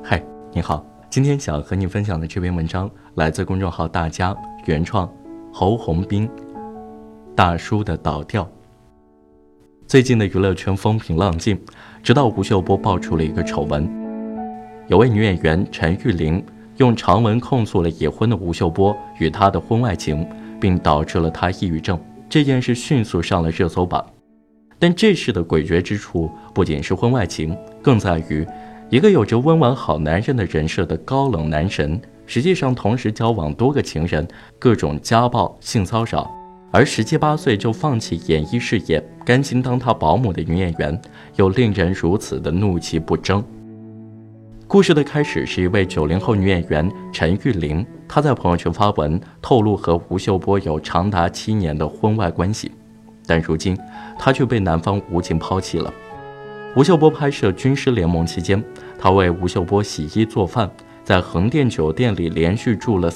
嗨，你好，今天想和你分享的这篇文章来自公众号大家，原创侯宏斌。大叔的倒调。最近的娱乐圈风平浪静，直到吴秀波爆出了一个丑闻，有位女演员陈玉玲用长文控诉了已婚的吴秀波与他的婚外情，并导致了他抑郁症。这件事迅速上了热搜榜。但这事的诡谲之处不仅是婚外情，更在于一个有着温婉好男人的人设的高冷男神，实际上同时交往多个情人，各种家暴性骚扰，而17、18岁就放弃演艺事业，甘心当他保姆的女演员，又令人如此的怒气不争。故事的开始是一位90后女演员陈玉玲，她在朋友圈发文透露和吴秀波有长达7年的婚外关系，但如今她却被男方无情抛弃了。吴秀波拍摄《军师联盟》期间，他为吴秀波洗衣做饭，在横店酒店里连续住了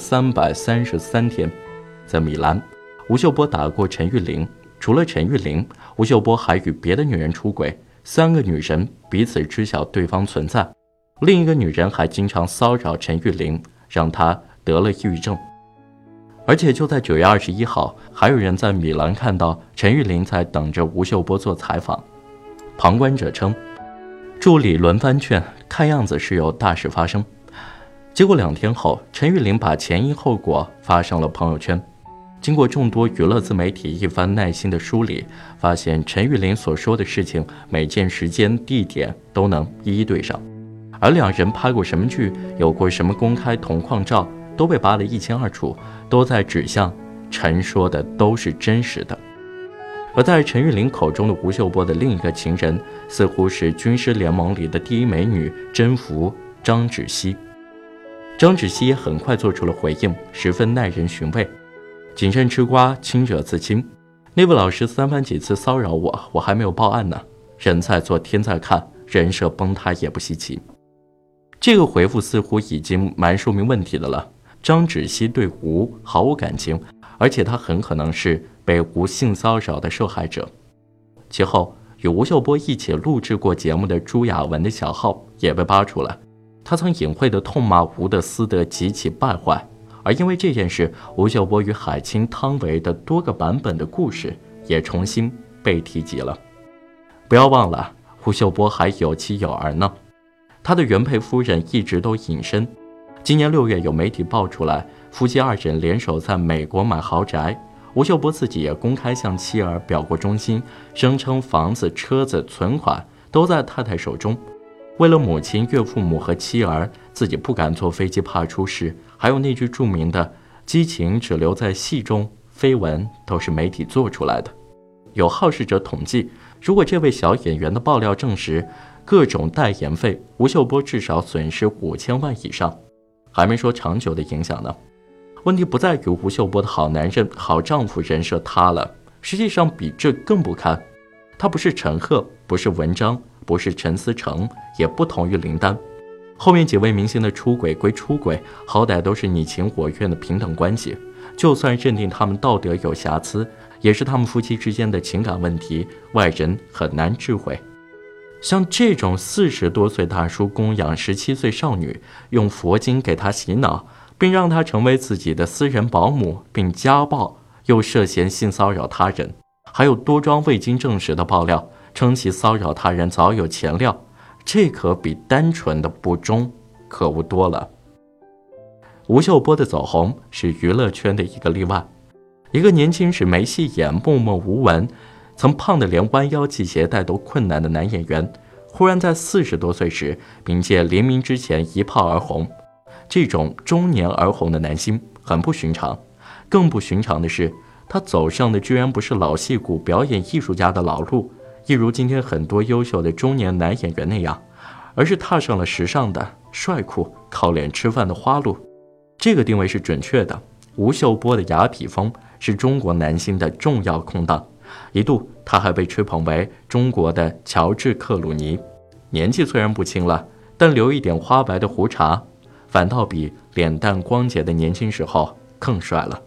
333天。在米兰，吴秀波打过陈玉玲，除了陈玉玲，吴秀波还与别的女人出轨，3个女人彼此知晓对方存在，另一个女人还经常骚扰陈玉玲，让她得了抑郁症。而且就在9月21号，还有人在米兰看到陈玉玲在等着吴秀波做采访。旁观者称，助理轮番劝，看样子是有大事发生。结果2天后，陈玉玲把前因后果发上了朋友圈。经过众多娱乐自媒体一番耐心的梳理，发现陈玉玲所说的事情每件时间地点都能一一对上，而两人拍过什么剧，有过什么公开同框照，都被扒得一清二楚，都在指向陈说的都是真实的。而在陈玉玲口中的吴秀波的另一个情人，似乎是《军师联盟》里的第一美女甄宓张芷溪。张芷溪也很快做出了回应，十分耐人寻味。谨慎吃瓜，清者自清。那位老师3番几次骚扰我还没有报案呢。人在做天在看，人设崩塌也不稀奇。这个回复似乎已经蛮说明问题的了。张芷溪对吴毫无感情，而且他很可能是被吴性骚扰的受害者。其后与吴秀波一起录制过节目的朱亚文的小号也被扒出来，他曾隐晦地痛骂吴的私德极其败坏。而因为这件事，吴秀波与海清、汤唯的多个版本的故事也重新被提及了。不要忘了，吴秀波还有妻有儿呢，他的原配夫人一直都隐身。今年6月，有媒体爆出来，夫妻2人联手在美国买豪宅。吴秀波自己也公开向妻儿表过忠心，声称房子、车子、存款都在太太手中。为了母亲、岳父母和妻儿，自己不敢坐飞机，怕出事。还有那句著名的“激情只留在戏中”，绯闻都是媒体做出来的。有好事者统计，如果这位小演员的爆料证实，各种代言费，吴秀波至少损失5000万以上。还没说长久的影响呢。问题不在于吴秀波的好男人、好丈夫人设塌了，实际上比这更不堪。他不是陈赫，不是文章，不是陈思诚，也不同于林丹。后面几位明星的出轨归出轨，好歹都是你情我愿的平等关系，就算认定他们道德有瑕疵，也是他们夫妻之间的情感问题，外人很难智慧。像这种40多岁大叔供养17岁少女，用佛经给她洗脑，并让她成为自己的私人保姆，并家暴，又涉嫌性骚扰他人，还有多桩未经证实的爆料，称其骚扰他人早有前料，这可比单纯的不忠可恶多了。吴秀波的走红是娱乐圈的一个例外，一个年轻时没戏演、默默无闻，曾胖得连弯腰系鞋带都困难的男演员，忽然在40多岁时，凭借《黎明之前》一炮而红。这种中年而红的男星很不寻常，更不寻常的是，他走上的居然不是老戏骨、表演艺术家的老路，一如今天很多优秀的中年男演员那样，而是踏上了时尚的、帅酷、靠脸吃饭的花路。这个定位是准确的。吴秀波的雅痞风是中国男星的重要空档，一度他还被吹捧为中国的乔治·克鲁尼。年纪虽然不轻了，但留一点花白的胡茬，反倒比脸蛋光洁的年轻时候更帅了。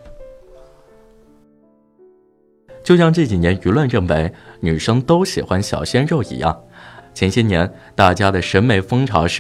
就像这几年舆论认为女生都喜欢小鲜肉一样，前些年大家的审美风潮是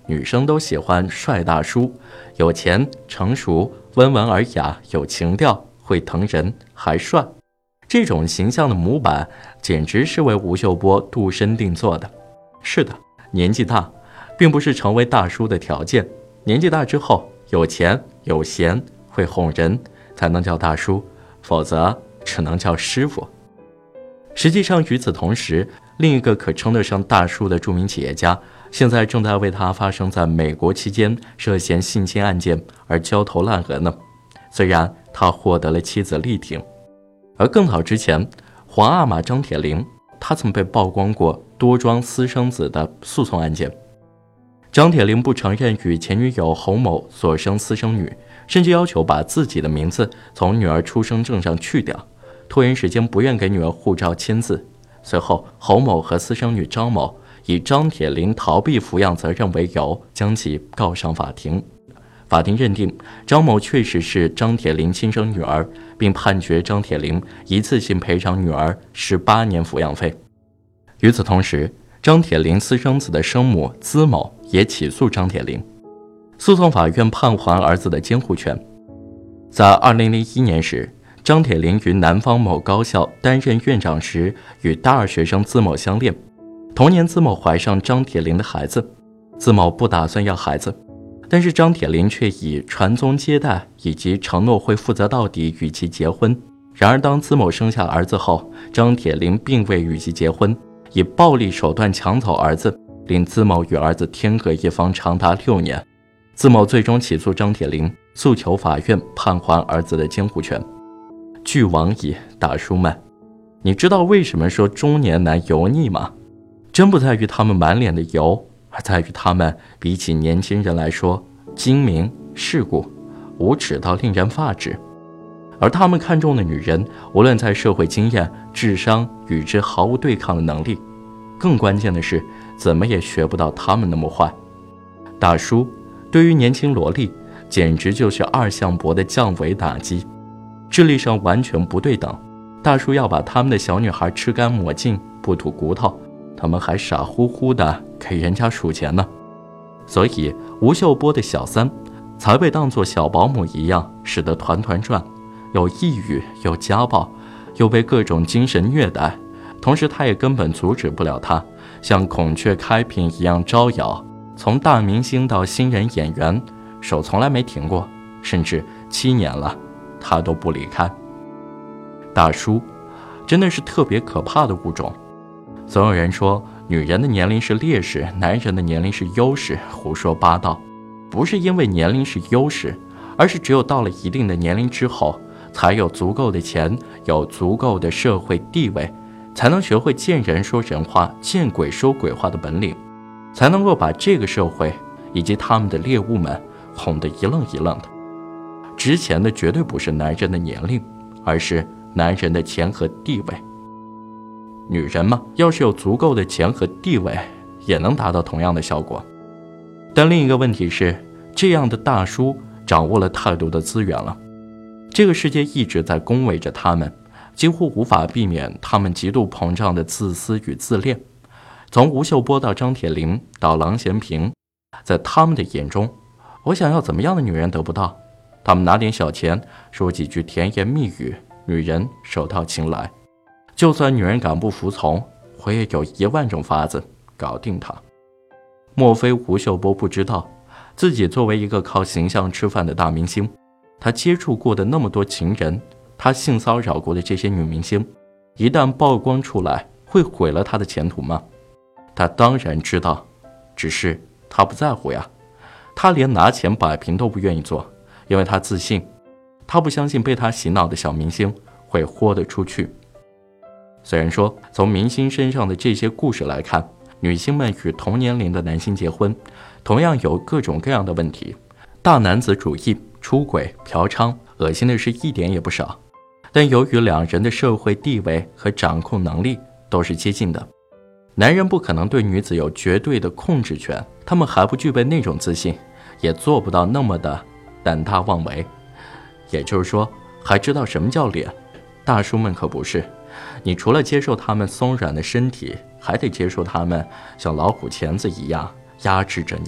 女生都喜欢帅大叔，有钱、成熟、温文尔雅、有情调、会疼人，还帅。这种形象的模板简直是为吴秀波度身定做的。是的，年纪大并不是成为大叔的条件，年纪大之后有钱有闲会哄人才能叫大叔，否则只能叫师傅。实际上与此同时，另一个可称得上大叔的著名企业家现在正在为他发生在美国期间涉嫌性侵案件而焦头烂额呢。虽然他获得了妻子力挺，而更早之前，皇阿玛张铁林他曾被曝光过多桩私生子的诉讼案件。张铁林不承认与前女友侯某所生私生女，甚至要求把自己的名字从女儿出生证上去掉，拖延时间不愿给女儿护照签字。随后侯某和私生女张某以张铁林逃避抚养责任为由将其告上法庭。法庭认定张某确实是张铁林亲生女儿，并判决张铁林一次性赔偿女儿18年抚养费。与此同时，张铁林私生子的生母资某也起诉张铁林，诉讼法院判还儿子的监护权。在2001年时，张铁林于南方某高校担任院长时，与大二学生资某相恋。同年，资某怀上张铁林的孩子，资某不打算要孩子，但是张铁林却以传宗接代以及承诺会负责到底与其结婚。然而当资某生下儿子后，张铁林并未与其结婚，以暴力手段抢走儿子，令资某与儿子天各一方长达6年。资某最终起诉张铁林，诉求法院判还儿子的监护权。俱往矣，大叔们，你知道为什么说中年男油腻吗？真不在于他们满脸的油，而在于他们比起年轻人来说精明世故，无耻到令人发指。而他们看重的女人，无论在社会经验、智商与之毫无对抗的能力，更关键的是怎么也学不到他们那么坏。大叔对于年轻萝莉简直就是二向箔的降维打击，智力上完全不对等。大叔要把他们的小女孩吃干抹净，不吐骨头，他们还傻乎乎的给人家数钱呢。所以吴秀波的小三才被当作小保姆一样使得团团转，有抑郁，有家暴，又被各种精神虐待，同时他也根本阻止不了他像孔雀开屏一样招摇，从大明星到新人演员，手从来没停过，甚至7年了他都不离开。大叔真的是特别可怕的物种。总有人说女人的年龄是劣势，男人的年龄是优势，胡说八道。不是因为年龄是优势，而是只有到了一定的年龄之后，才有足够的钱，有足够的社会地位，才能学会见人说人话，见鬼说鬼话的本领，才能够把这个社会以及他们的猎物们哄得一愣一愣的。值钱的绝对不是男人的年龄，而是男人的钱和地位。女人嘛，要是有足够的钱和地位，也能达到同样的效果。但另一个问题是，这样的大叔掌握了太多的资源了，这个世界一直在恭维着他们，几乎无法避免他们极度膨胀的自私与自恋。从吴秀波到张铁林到郎咸平，在他们的眼中，我想要怎么样的女人得不到？他们拿点小钱，说几句甜言蜜语，女人手到擒来。就算女人敢不服从，我也有1万种法子搞定她。莫非吴秀波不知道，自己作为一个靠形象吃饭的大明星，他接触过的那么多情人，他性骚扰过的这些女明星，一旦曝光出来，会毁了他的前途吗？他当然知道，只是他不在乎呀。他连拿钱摆平都不愿意做，因为他自信，他不相信被他洗脑的小明星会豁得出去。虽然说从明星身上的这些故事来看，女星们与同年龄的男星结婚，同样有各种各样的问题，大男子主义、出轨、嫖娼，恶心的事一点也不少。但由于两人的社会地位和掌控能力都是接近的，男人不可能对女子有绝对的控制权，他们还不具备那种自信，也做不到那么的胆大妄为。也就是说，还知道什么叫脸。大叔们可不是，你除了接受他们松软的身体，还得接受他们像老虎钳子一样压制着你，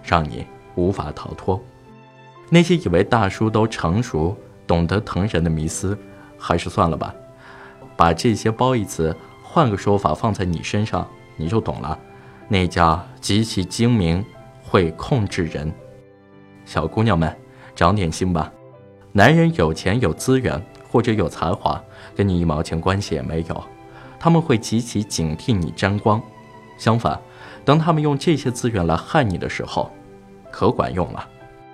让你无法逃脱。那些以为大叔都成熟懂得疼人的迷思，还是算了吧。把这些褒义词换个说法放在你身上，你就懂了。那叫极其精明，会控制人。小姑娘们，长点心吧。男人有钱有资源或者有才华，跟你一毛钱关系也没有，他们会极其警惕你沾光。相反，当他们用这些资源来害你的时候，可管用了。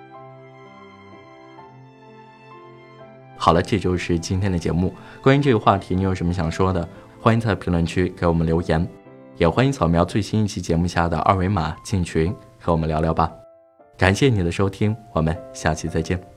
好了，这就是今天的节目。关于这个话题，你有什么想说的？欢迎在评论区给我们留言，也欢迎扫描最新一期节目下的二维码进群和我们聊聊吧。感谢你的收听，我们下期再见。